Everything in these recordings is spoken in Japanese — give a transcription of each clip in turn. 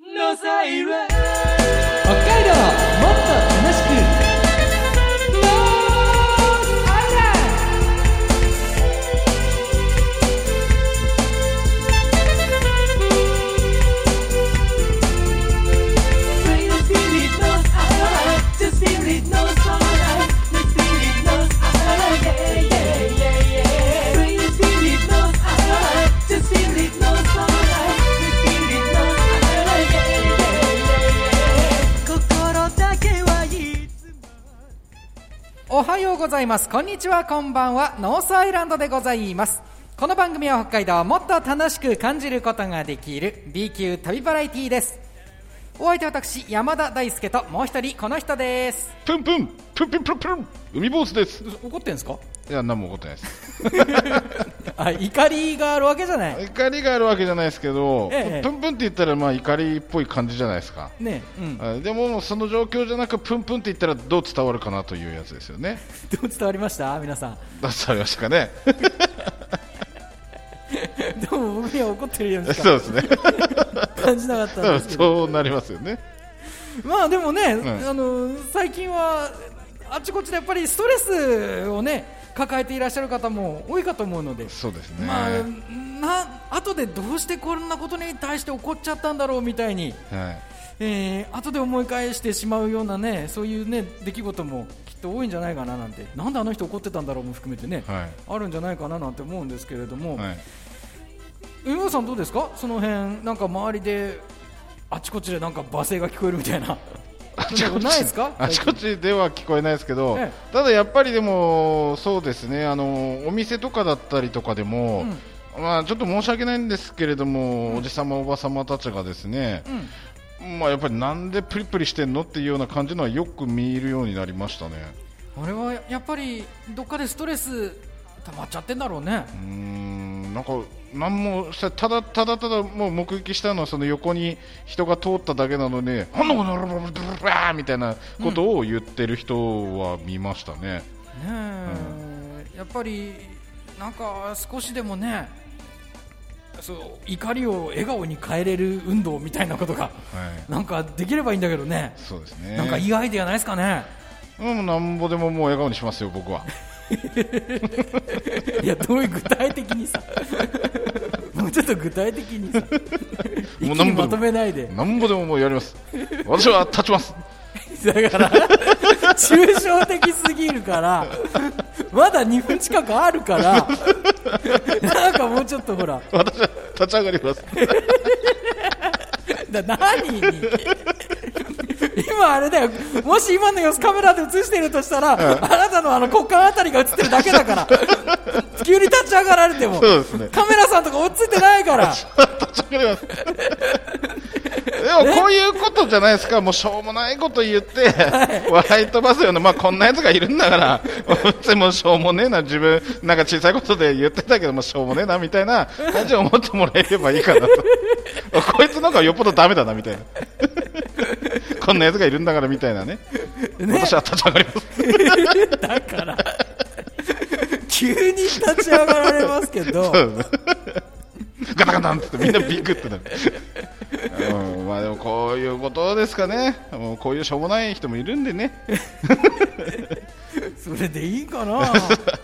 ノサイラ北海道もっと楽しくノーアイランおはようございます。こんにちは、こんばんは。ノースアイランドでございます。この番組は北海道をもっと楽しく感じることができる B 級旅バラエティーです。お相手は私山田大輔ともう一人この人です。 プンプンプンプンプンプン海坊主です。 怒ってんすか？ いや、何も怒ってないです。 あ、怒りがあるわけじゃない。 怒りがあるわけじゃないですけど、 ええ、 プンプンって言ったらまあ怒りっぽい感じじゃないですか、 ね、うん、 でもその状況じゃなくプンプンって言ったらどう伝わるかなというやつですよね。 どう伝わりました皆さん？ 伝わりましたかね。 でも僕には怒ってるようにしかそうですね。 感じなかったんですけどそうなりますよね。 まあでもね、 うん、 最近はあちこちでやっぱりストレスをね抱えていらっしゃる方も多いかと思うので、 そうですね、 まあ、後でどうしてこんなことに対して怒っちゃったんだろうみたいに、 はい、 後で思い返してしまうようなね、そういうね出来事もきっと多いんじゃないかななんて、なんであの人怒ってたんだろうも含めてね、はい、あるんじゃないかななんて思うんですけれども、はい、海野さんどうですか？その辺なんか周りであちこちでなんか罵声が聞こえるみたいなあちこちないですか？ あちこちでは聞こえないですけど、ただやっぱりでもそうですね、お店とかだったりとかでも、まあ、ちょっと申し訳ないんですけれども、おじさまおばさまたちがですね、まあ、やっぱりなんでプリプリしてんのっていうような感じのはよく見るようになりましたね。 あれはやっぱりどっかでストレス溜まっちゃってんだろうね。 なんか何もただもう目撃したのはその横に人が通っただけなので、ほんのこのみたいなことを言ってる人は見ましたね。 やっぱりなんか少しでもね、そう怒りを笑顔に変えれる運動みたいなことが、なんかできればいいんだけどね。 そうですね。 なんかいいアイデアないですかね。 なんぼでももう笑顔にしますよ僕は。 いや、どういう具体的にさもうちょっと具体的にさ一気にまとめないで。 なんぼでももうやります。私は立ちます。 だから抽象的すぎるからまだ2分近くあるからなんかもうちょっとほら、 私は立ち上がります。 何に今あれだよ、もし今の様子カメラで映してるとしたら、あなたの股間あたりが映ってるだけだから急に立ち上がられても、そうですね、カメラさんとか追っついてないから立ち上がります。でもこういうことじゃないですか。もうしょうもないこと言って、笑い飛ばすような、まあ、こんなやつがいるんだからもうしょうもねえな、自分なんか小さいことで言ってたけどもしょうもねえなみたいな感じで思ってもらえればいいかなとこいつなんかよっぽどダメだなみたいなこんなやつがいるんだからみたいな ね、私は立ち上がりますだから急に立ち上がられますけどガタガタンってみんなビクってなるまあでもこういうことですかね。もうこういうしょうもない人もいるんでねそれでいいかなでもま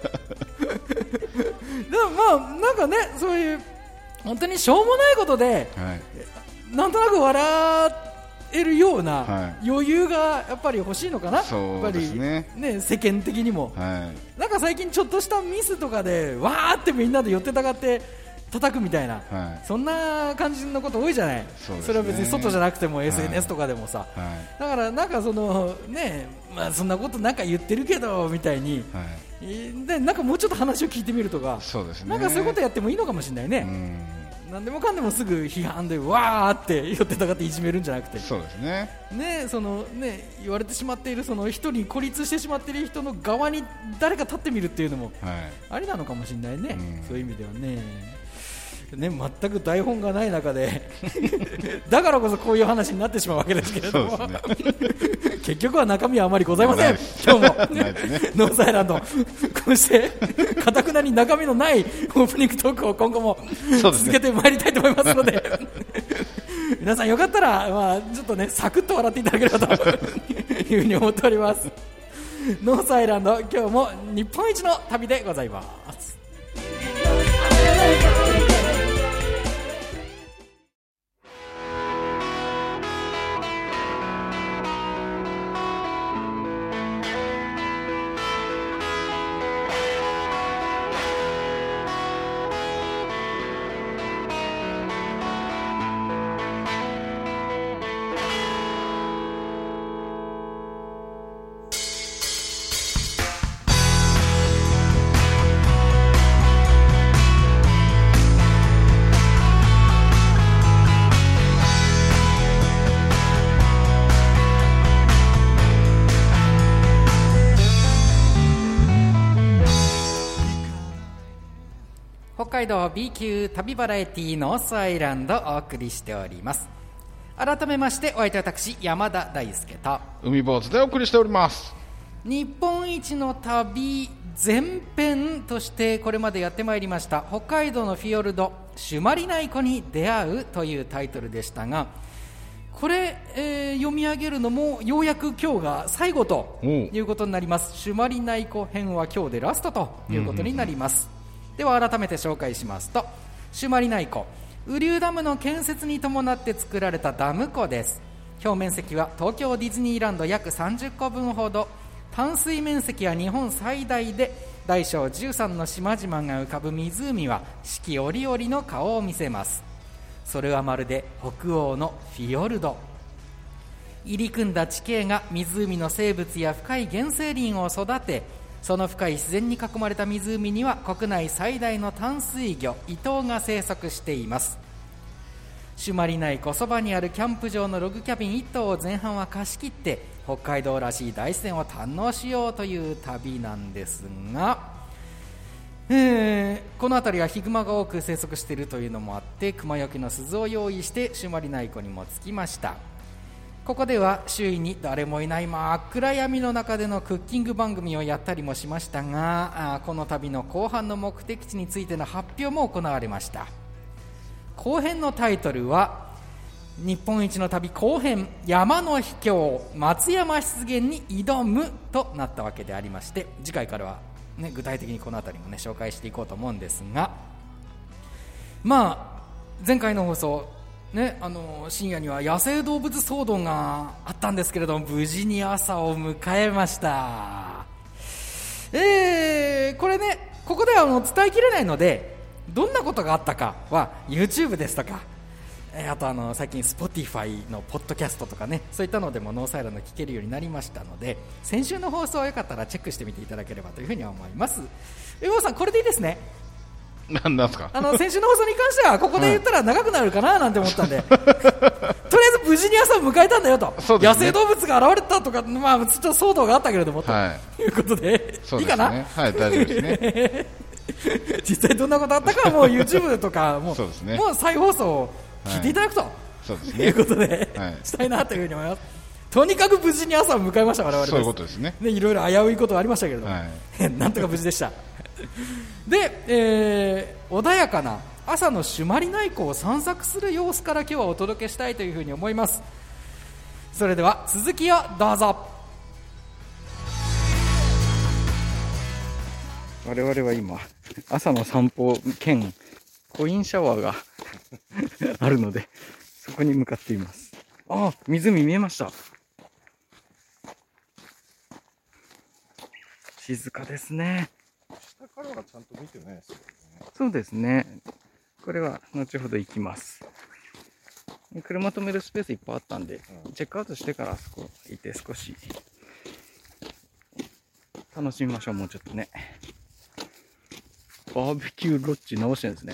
あなんかね、そういう本当にしょうもないことで、なんとなく笑えるような余裕がやっぱり欲しいのかな。 そうですね。 やっぱりね、世間的にも、なんか最近ちょっとしたミスとかでわーってみんなで寄ってたかって叩くみたいな、そんな感じのこと多いじゃない。 それは別に外じゃなくても SNS とかでもさ、だからなんかそのね、まあ、そんなことなんか言ってるけどみたいに、でなんかもうちょっと話を聞いてみるとか、なんかそういうことやってもいいのかもしれないね。何でもかんでもすぐ批判でわーって寄ってたかっていじめるんじゃなくて、 そうですね。 そのね、言われてしまっているその人に孤立してしまっている人の側に誰か立ってみるっていうのもありなのかもしれないね。そういう意味ではね。全く台本がない中でだからこそこういう話になってしまうわけですけれども、結局は中身はあまりございません。今日もノースアイランド、こうしてかたくなに中身のないオープニングトークを今後も続けてまいりたいと思いますので皆さんよかったら、ちょっとねサクッと笑っていただければというふうに思っております。ノースアイランド、今日も日本一の旅でございます。北海道 B 級旅バラエティノースアイランドをお送りしております。改めましてお相手は私山田大輔と海坊主でお送りしております。 日本一の旅前編としてこれまでやってまいりました北海道のフィヨルド朱鞠内湖に出会うというタイトルでしたが、これ、読み上げるのもようやく今日が最後ということになります。朱鞠内湖編は今日でラストということになります。では改めて紹介しますと、朱鞠内湖、雨竜ダムの建設に伴って作られたダム湖です。表面積は東京ディズニーランド約30個分ほど、淡水面積は日本最大で、大小13の島々が浮かぶ湖は四季折々の顔を見せます。それはまるで北欧のフィヨルド。入り組んだ地形が湖の生物や深い原生林を育て、その深い自然に囲まれた湖には国内最大の淡水魚イトウが生息しています。朱鞠内湖そばにあるキャンプ場のログキャビン1棟を前半は貸し切って北海道らしい大自然を堪能しようという旅なんですが、この辺りはヒグマが多く生息しているというのもあって、熊よけの鈴を用意して朱鞠内湖にも着きました。ここでは周囲に誰もいない真っ暗闇の中でのクッキング番組をやったりもしましたが、この旅の後半の目的地についての発表も行われました。後編のタイトルは日本一の旅後編、山の秘境松山湿原に挑むとなったわけでありまして、次回からは、具体的にこの辺りも、紹介していこうと思うんですが、前回の放送深夜には野生動物騒動があったんですけれども、無事に朝を迎えました。これここでは伝えきれないので、どんなことがあったかは YouTube ですとか、あと最近 Spotify のポッドキャストとかそういったのでもノースアイランド聞けるようになりましたので、先週の放送はよかったらチェックしてみていただければというふうに思います。上尾さん、これでいいですね。 なんですか。 先週の放送に関してはここで言ったら長くなるかななんて思ったんで、とりあえず無事に朝を迎えたんだよと、野生動物が現れたとか、ちょっと騒動があったけれども、ということで、いいかな。 はい、大丈夫ですね。 実際どんなことあったかはもう YouTube とかもう再放送を聞いていただくと、いうことで、したいなというふうに思います。とにかく無事に朝を迎えました、我々です。 そういうことですね。 いろいろ危ういことはありましたけれども、なんとか無事でした。で、穏やかな朝の朱鞠内湖を散策する様子から今日はお届けしたいというふうに思います。それでは続きをどうぞ。我々は今朝の散歩兼コインシャワーがあるので、そこに向かっています。湖見えました。静かですね。 下からはちゃんと見てないですよね。 そうですね。これは後ほど行きます。車止めるスペースいっぱいあったんで、チェックアウトしてからあそこ行って少し楽しみましょう。もうちょっとね。バーベキューロッジ直してるんですね。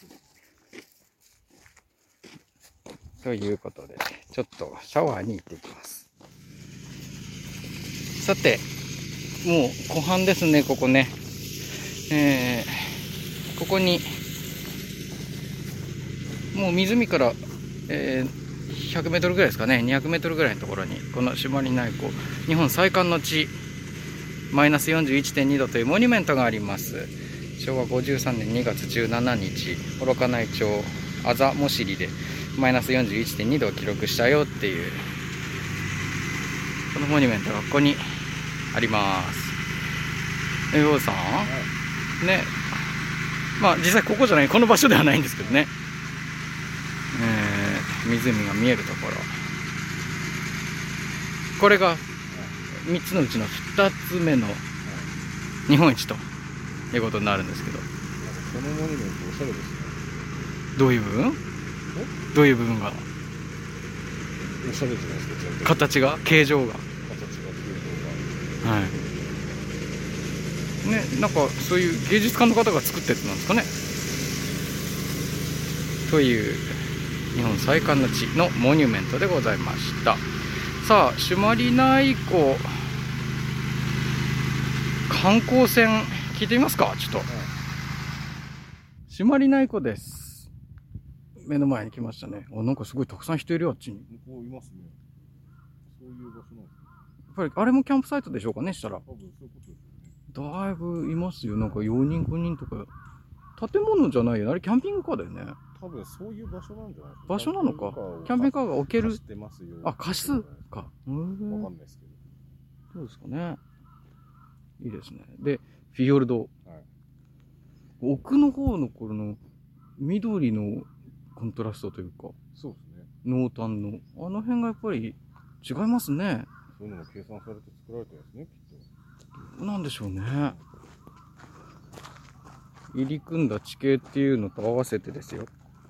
ということで、ちょっとシャワーに行っていきます。さて、もう湖畔ですね、ここね。ここにもう湖から、100メートルぐらいですかね、200メートルぐらいのところにこの朱鞠内湖日本最寒の地マイナス 41.2 度というモニュメントがあります。昭和53年2月17日、幌加内町あざもしりでマイナス 41.2 度を記録したよっていう、このモニュメントがここにあります。ヨウさん、ね、まあ実際ここじゃない、この場所ではないんですけどね、湖が見えるところ、これが3つのうちの2つ目の日本一ということになるんですけど、 このモニュメントおしゃれですね。 どういう部分？どういう部分がおしゃれじゃないですか。 形が、形状が、はいね、なんかそういう芸術家の方が作ったやつなんですかね。という日本最寒の地のモニュメントでございました。さあ、朱鞠内湖観光船聞いてみますか。ちょっと、朱鞠内湖です。目の前に来ましたね。なんかすごいたくさん人いるよ、あっちに。 向こういますね。そういう場所なんですね。 やっぱりあれもキャンプサイトでしょうかね、したら。 多分そういうことですね。 だいぶいますよ。なんか4人5人とか。建物じゃないよ、あれキャンピングカーだよね。 多分そういう場所なんじゃないですか。 場所なのか。キャンピングカーが置ける。あ、貸すか。 わかんないですけど。 そうですかね。いいですね。で、フィヨルド。奥の方のこの緑のコントラストというか。 そうですね。 濃淡の。あの辺がやっぱり違いますね。 そういうのも計算されて作られたやつね、きっと。 どうなんでしょうね。入り組んだ地形っていうのと合わせてですよ。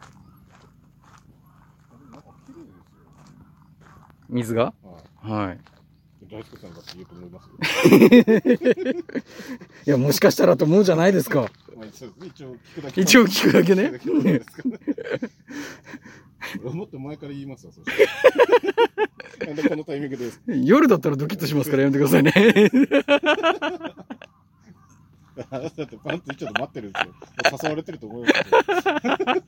水が、はい。 大輔さんだって言うと思いますよ。いや、もしかしたらと思うじゃないですか。一応聞くだけね。 もっと前から言いますわ、そしたら。なんでこのタイミングです。 夜だったらドキッとしますからやめてくださいね。 だってパンツちょっと待ってるんですよ。誘われてると思いますよ。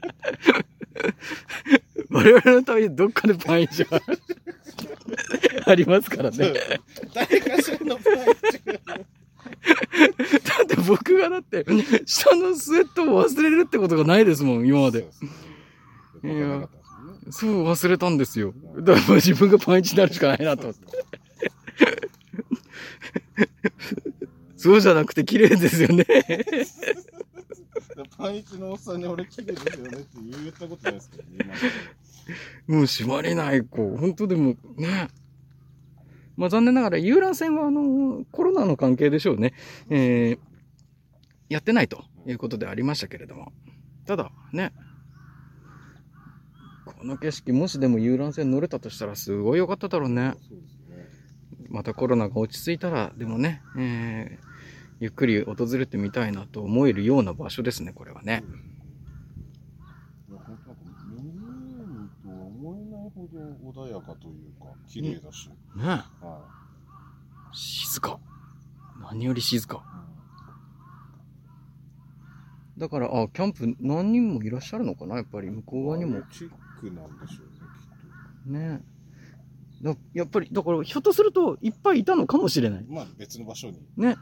我々のためにどっかでパン以上ありますからね。 誰かしらのパン以上。 だって僕が下のスウェットを忘れるってことがないですもん、今まで。いや、そう忘れたんですよ。だから自分がパンイチになるしかないなと思って。そうじゃなくて綺麗ですよね。 パンイチのおっさんに俺綺麗ですよねって言ったことないですけどね。 もう締まりない子。本当でもね。まあ残念ながら遊覧船はコロナの関係でしょうね。やってないということでありましたけれども。ただね。この景色もしでも遊覧船乗れたとしたらすごい良かっただろうね。またコロナが落ち着いたらでもね、ゆっくり訪れてみたいなと思えるような場所ですね、これはね。 湖とは思えないほど穏やかというか綺麗だし、 ね、はい、静か。何より静か。だからキャンプ何人もいらっしゃるのかな、やっぱり向こう側にも。 チックなんでしょうね、きっと。 ね。やっぱりだからひょっとするといっぱいいたのかもしれない。 まあ別の場所に。 ね。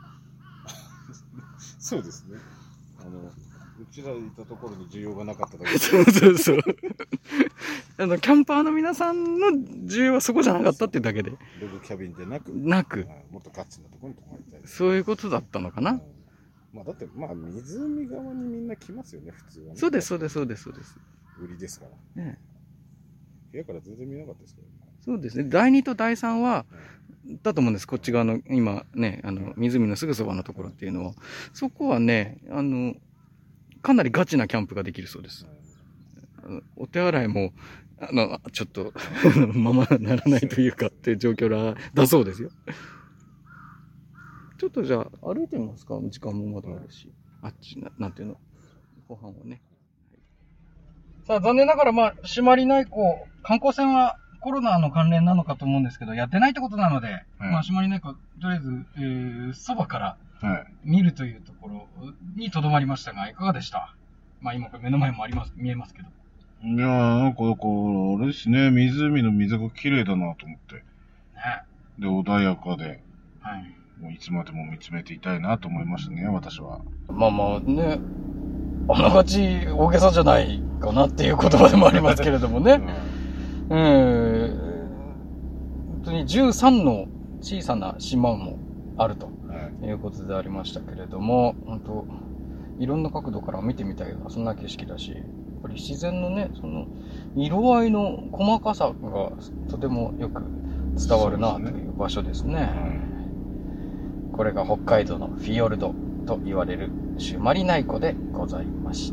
そうですね。うちらいたところに需要がなかっただけで。 そうそうそう。キャンパーの皆さんの需要はそこじゃなかったっていうだけで。 ログキャビンでなく。もっとガッツなところに泊まりたい。 そういうことだったのかな。 まあだって湖側にみんな来ますよね、普通はね。 そうですそうですそうですそうです。 売りですから。ね。部屋から全然見なかったですけどね。そうですね。第2と第3は、だと思うんです。こっち側の、今ね、湖のすぐそばのところっていうのは、そこはね、かなりガチなキャンプができるそうです。お手洗いも、ちょっと、ままならないというかっていう状況だそうですよ。ちょっとじゃあ、歩いてみますか。時間もまだあるし。あっち、なんていうの、ご飯をね。さあ、残念ながら、朱鞠内湖、観光船はコロナの関連なのかと思うんですけど、やってないってことなので、朱鞠内湖、とりあえず、そばから見るというところにとどまりましたが、いかがでした？今これ目の前も見えますけど。 いやー、なんか、あれですね、湖の水が綺麗だなと思って。ね。で、穏やかで。はい。もういつまでも見つめていたいなと思いましたね、私は。 ね。 あながち大げさじゃないかなっていう言葉でもありますけれどもね。本当に13の小さな島もあるということでありましたけれども、本当いろんな角度から見てみたいようなそんな景色だし、やっぱり自然のね、その色合いの細かさがとてもよく伝わるなという場所ですね。これが北海道のフィヨルドと言われる朱鞠内湖でございました。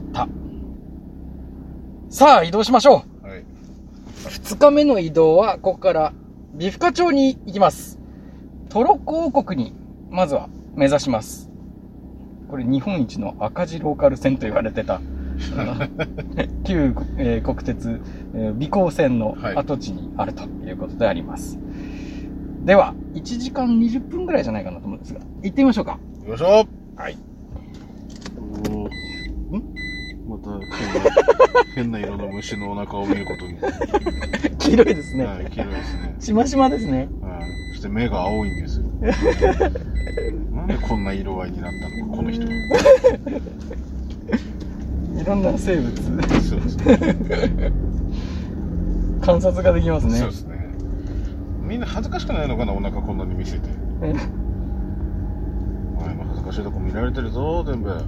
さあ移動しましょう。2日目の移動はここから美深町に行きます。トロッコ王国にまずは目指します。これ日本一の赤字ローカル線と言われてた旧、国鉄、美高線の跡地にあるということであります。では1時間20分ぐらいじゃないかなと思うんですが、行ってみましょうか。 よいしょ。 はい。 また変な色の虫のお腹を見ることに。 黄色いですね。 はい、黄色いですね。 しましまですね。 そして目が青いんですよ。なんでこんな色合いになったのか、この人は。 いろんな生物。 そうですね。 観察ができますね。 そうですね。みんな恥ずかしくないのかな、お腹こんなに見せて。恥ずかしいとこ見られてるぞ、全部。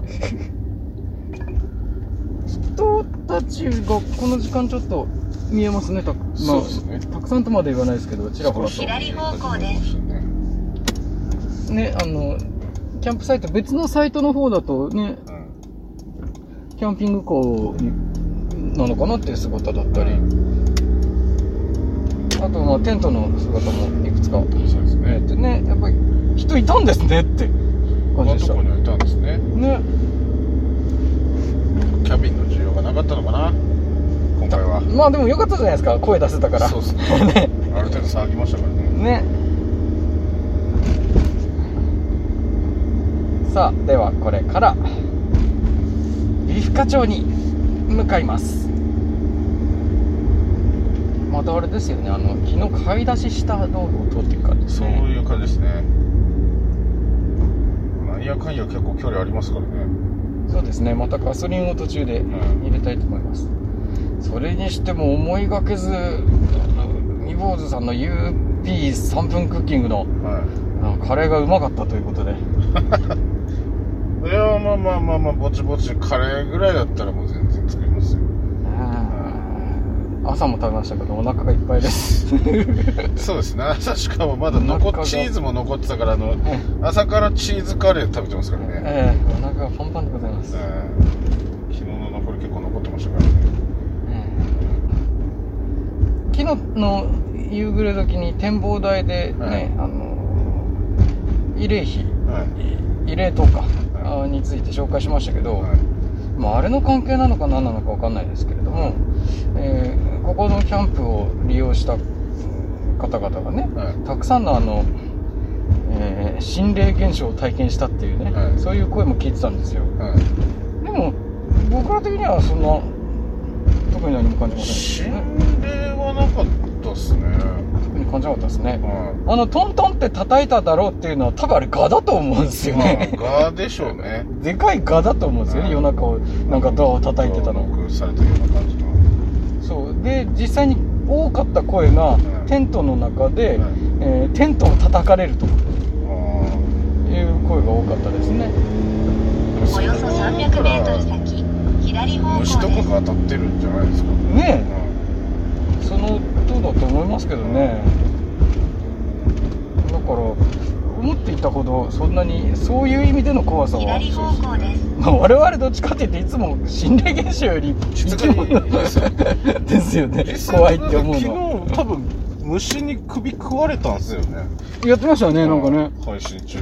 人たちがこの時間ちょっと見えますね。 そうですね。 たくさんとまで言わないですけど、ちらほらと。 左方向ですね、キャンプサイト、別のサイトの方だとね、キャンピングカーなのかなっていう姿だったり、あとテントの姿もいくつか。 そうですね。 でね、やっぱり人いたんですねって感じでした。 このとこにはいたんですね。 ね。 キャビンの需要がなかったのかな、今回は。 まあでも良かったじゃないですか、声出せたから。 そうですね。ある程度騒ぎましたからね。 ね。さあ、ではこれから美深町に向かいます。またあれですよね、昨日買い出しした道路を通っていく感じですね。 そういう感じですね。なんやかんや結構距離ありますからね。 そうですね。またガソリンを途中で入れたいと思います。それにしても思いがけずミボーズさんの UP3 分クッキングの、カレーがうまかったということで。 いや、まあぼちぼちカレーぐらいだったらもう全然作りますよ。 朝も食べましたけどお腹がいっぱいです。 そうですね。朝しかもまだチーズも残ってたから朝からチーズカレー食べてますからね。 お腹がパンパンでございます。 昨日の残り結構残ってましたからね。 昨日の夕暮れ時に展望台でね、慰霊碑、慰霊塔か、について紹介しましたけど、あれの関係なのか何なのか分かんないですけれども、ここのキャンプを利用した方々がね、たくさんの心霊現象を体験したっていうね、そういう声も聞いてたんですよ。でも僕ら的にはそんな特に何も感じませんでしたね。心霊はなかったですね。 特に感じなかったですね。トントンって叩いただろうっていうのは多分あれガだと思うんですよね。 ガでしょうね。 でかいガだと思うんですよね。夜中をなんかドアを叩いてたの。 されたような感じの。 そうで、実際に多かった声が、テントの中で、テントを叩かれるという声が多かったですね。 およそ300メートル先、左方向です。 虫とかが当たってるんじゃないですかね。そのことだと思いますけどね。だから思っていたほどそんなにそういう意味での怖さは、 左方向です。 我々どっちかって言っていつも心霊現象より質がいいですよね。怖いって思うのは。 昨日多分虫に首食われたんですよね。 やってましたね、なんかね。 配信中に。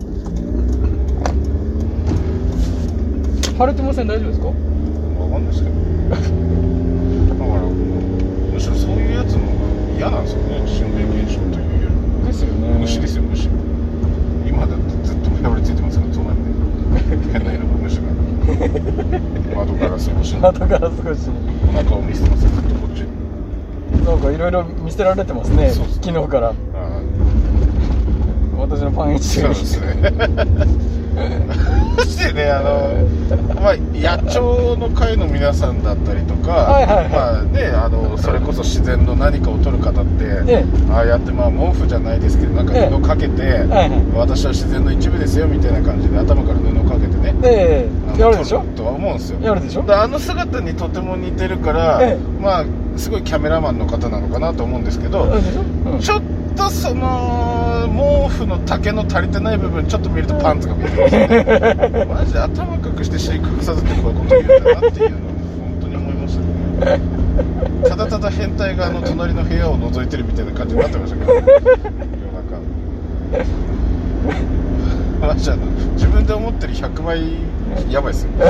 腫れてません？大丈夫ですか？ わかんないですけど。だからむしろそういうやつの方が嫌なんですよね。心霊現象というよりですよね。 虫ですよ、虫。今だってずっと破りついてますから隣で変な色の虫が窓ガラス越しにお腹を見せてますよ、ずっとこっち。 なんかいろいろ見せられてますね。昨日から私のパンイチそうですね。 そしてね、野鳥の会の皆さんだったりとか、 はいはいはい、 まあね、それこそ自然の何かを取る方って、ああやってまあ毛布じゃないですけどなんか布かけて、私は自然の一部ですよみたいな感じで頭から布かけてね、 やるでしょとは思うんですよ。 やるでしょ。 あの姿にとても似てるから、まあすごいキャメラマンの方なのかなと思うんですけど、ちょっとその毛布の丈の足りてない部分ちょっと見るとパンツが見えてますよね。マジで頭隠して尻隠さずってこういうこと言うんだなっていうのを本当に思いましたね。ただただ変態が隣の部屋を覗いてるみたいな感じになってましたけど、夜中マジ自分で思ってる100倍やばいっすよ。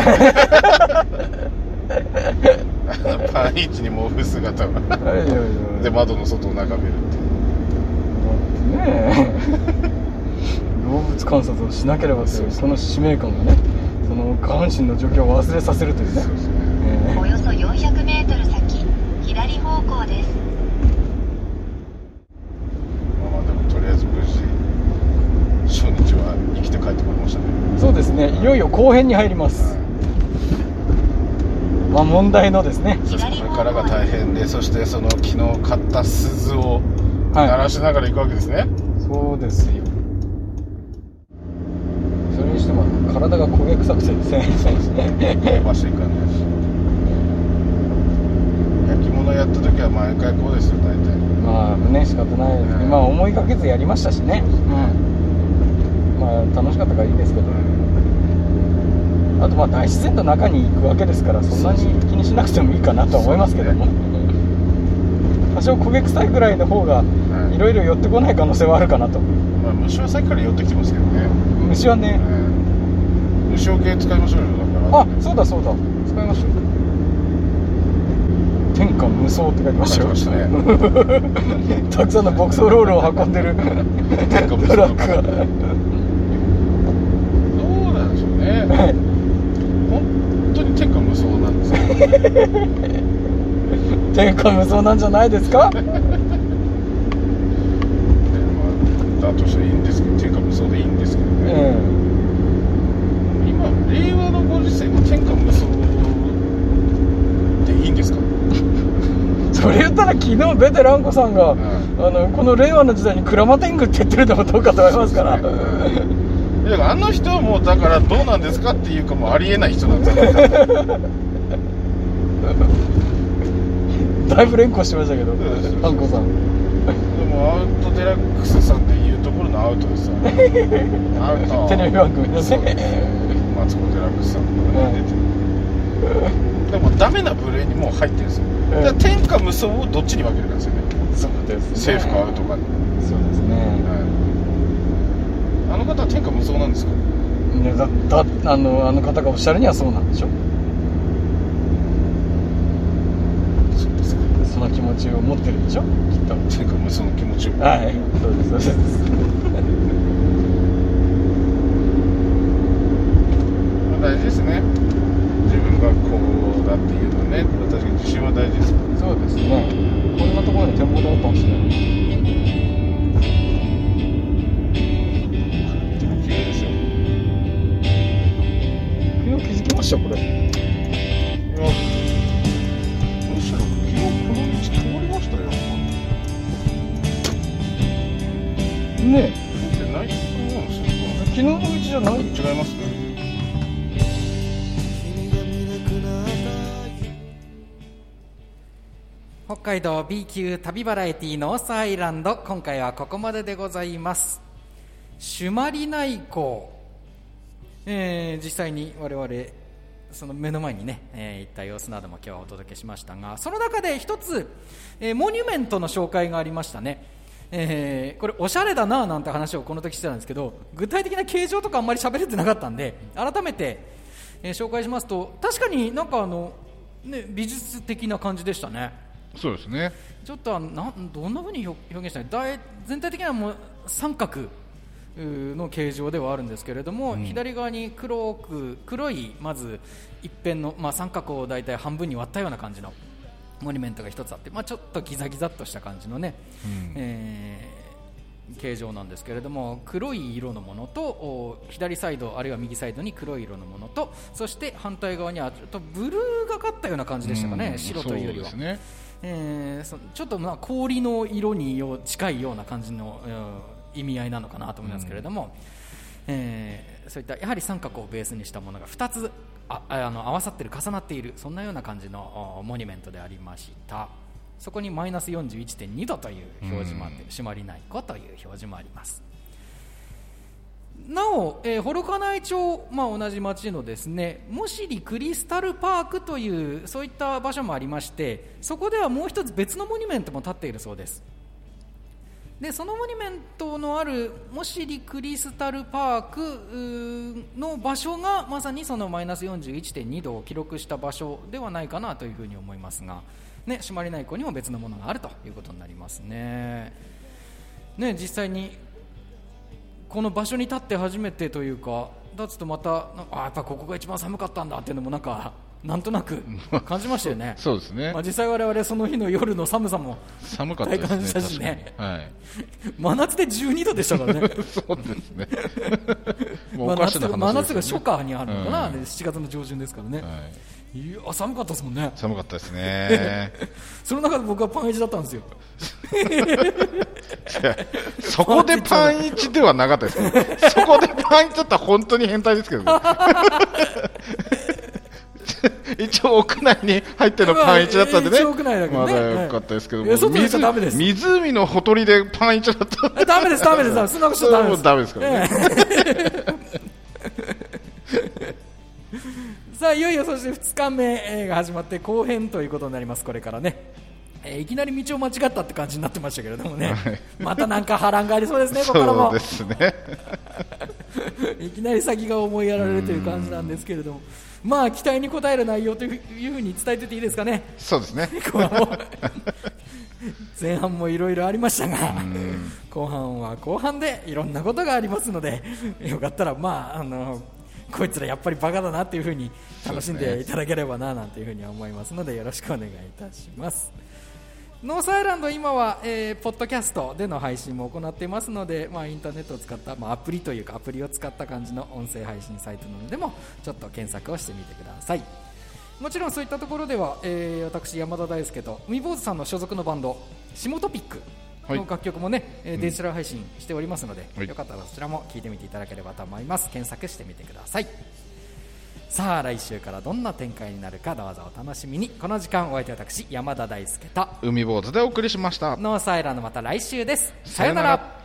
パンイチに毛布姿はで窓の外を眺めるっていうね動物観察をしなければというその使命感がね、その下半身の状況を忘れさせるというね。 およそ400メートル先左方向です。 まあでもとりあえず無事初日は生きて帰ってこれましたね。 そうですね、いよいよ後編に入ります、まあ問題のですね、 これからが大変で、そしてその昨日買った鈴を鳴らしながら行くわけですね、 そうですよ。それにしても体が焦げ臭くてですね、 そうですね、香ばしい感じです。焼き物やった時は毎回こうですよ、大体。 まあね、仕方ないですね、まあ思いがけずやりましたしね、まあ楽しかったからいいですけど、あとまあ大自然の中に行くわけですから、そんなに気にしなくてもいいかなとは思いますけども、多少焦げ臭いぐらいの方がいろいろ寄ってこない可能性はあるかなと。 まあ虫はさっきから寄ってきてますけどね。 虫はね、 虫除け使いましょうよ。だから、 あ、そうだそうだ、使いましょう。天下無双って書いてましたよ。たくさんの牧草ロールを運んでる天下無双の方。どうなんでしょうね。本当に天下無双なんですよ。 天下無双なんじゃないですか。 だとしていいんですけど、天下無双でいいんですけどね、今令和のご時世の天下無双でいいんですか。 それ言ったら昨日ベテランコさんが、この令和の時代にクラマテングって言ってるのもどうかと思いますから、 あの人はもうだからどうなんですかっていうかもうありえない人なんですよ。 だいぶ連呼しましたけど、ハンコさん。 でもアウトデラックスさんでいうところのアウトですよ。アウト。 テレビ番組ですね。 マツコ・デラックスさんとかね、出てる。でもダメな部類にもう入ってるんですよ。だから天下無双をどっちに分けるかですよね。 そうですね。 セーフかアウトか。 そうですね。 あの方は天下無双なんですか。 いやあの方がおっしゃるにはそうなんでしょ。 そうですか。 その気持ちを持ってるでしょ、きっと。 天下無双の気持ちを。 はい、そうですそうです。 大事ですね。自分がこうだっていうのはね、私に自信は大事です。 そうですね。こんなところに展望台あったんですね。 でも綺麗ですよ。 昨日気づきましたこれ。 いや、むしろ昨日この道通りましたよ。 ねえ。 通ってないと思うんですよ。 昨日の道じゃない？ 違いますね。 北海道 B 級旅バラエティノースアイランド、今回はここまででございます。朱鞠内湖、実際に我々その目の前にね、行った様子なども今日はお届けしましたが、その中で一つ、モニュメントの紹介がありましたね。これおしゃれだななんて話をこの時してたんですけど、具体的な形状とかあんまり喋れてなかったんで改めて、紹介しますと、確かになんかね、美術的な感じでしたね。 そうですね。 ちょっとどんな風に表現したら、全体的にはもう三角の形状ではあるんですけれども、左側に黒いまず一辺の、三角を大体半分に割ったような感じのモニュメントが一つあって、ちょっとギザギザっとした感じのね、 形状なんですけれども、黒い色のものと左サイドあるいは右サイドに黒い色のものと、そして反対側にはちょっとブルーがかったような感じでしたかね、白というよりは。そうですね。ちょっと氷の色に近いような感じの意味合いなのかなと思いますけれども、そういったやはり三角をベースにしたものが2つ合わさっている、重なっている、そんなような感じのモニュメントでありました。そこにマイナス 41.2 度という表示もあって、朱鞠内湖という表示もあります。なお、幌加内町、同じ町のですね、モシリクリスタルパークというそういった場所もありまして、そこではもう一つ別のモニュメントも立っているそうです。でそのモニュメントのあるモシリクリスタルパークの場所がまさにそのマイナス 41.2 度を記録した場所ではないかなというふうに思いますが、朱鞠内湖にも別のものがあるということになりますね。実際にこの場所に立って初めてというか、立つとまたやっぱここが一番寒かったんだっていうのもなんとなく感じましたよね。 そうですね。 実際我々その日の夜の寒さも体感したしね。真夏で12度でしたからね。 そうですね。 真夏が初夏にあるのかな、7月の上旬ですからね。いや寒かったですもんね。 寒かったですね。 その中で僕はパン1だったんですよ。 そこでパン1ではなかったですけど、そこでパン1だったら本当に変態ですけどね。一応屋内に入ってのパン1だったんでね、まだ良かったですけども、湖のほとりでパン1だったダメです、ダメです、そんなことダメですからね。 さあいよいよそして2日目が始まって後編ということになります。これからね、いきなり道を間違ったって感じになってましたけれどもね、またなんか波乱がありそうですね。ここからもそうですね。 いきなり先が思いやられるという感じなんですけれども、期待に応える内容というふうに伝えてていいですかね。 そうですね。 前半もいろいろありましたが、後半は後半でいろんなことがありますので、よかったらこいつらやっぱりバカだなっていうふうに楽しんでいただければななんていうふうに思いますので、よろしくお願いいたします。ノースアイランド今は、ポッドキャストでの配信も行っていますので、インターネットを使った、アプリというかアプリを使った感じの音声配信サイトなどでもちょっと検索をしてみてください。もちろんそういったところでは、私山田大輔と海坊主さんの所属のバンドシモトピックの楽曲もね、デジタル配信しておりますので、よかったらそちらも聞いてみていただければと思います。検索してみてください。さあ来週からどんな展開になるかどうぞお楽しみに。この時間お相手は私山田大輔と海坊主でお送りしました。 ノースアイランド、また来週です。さよなら。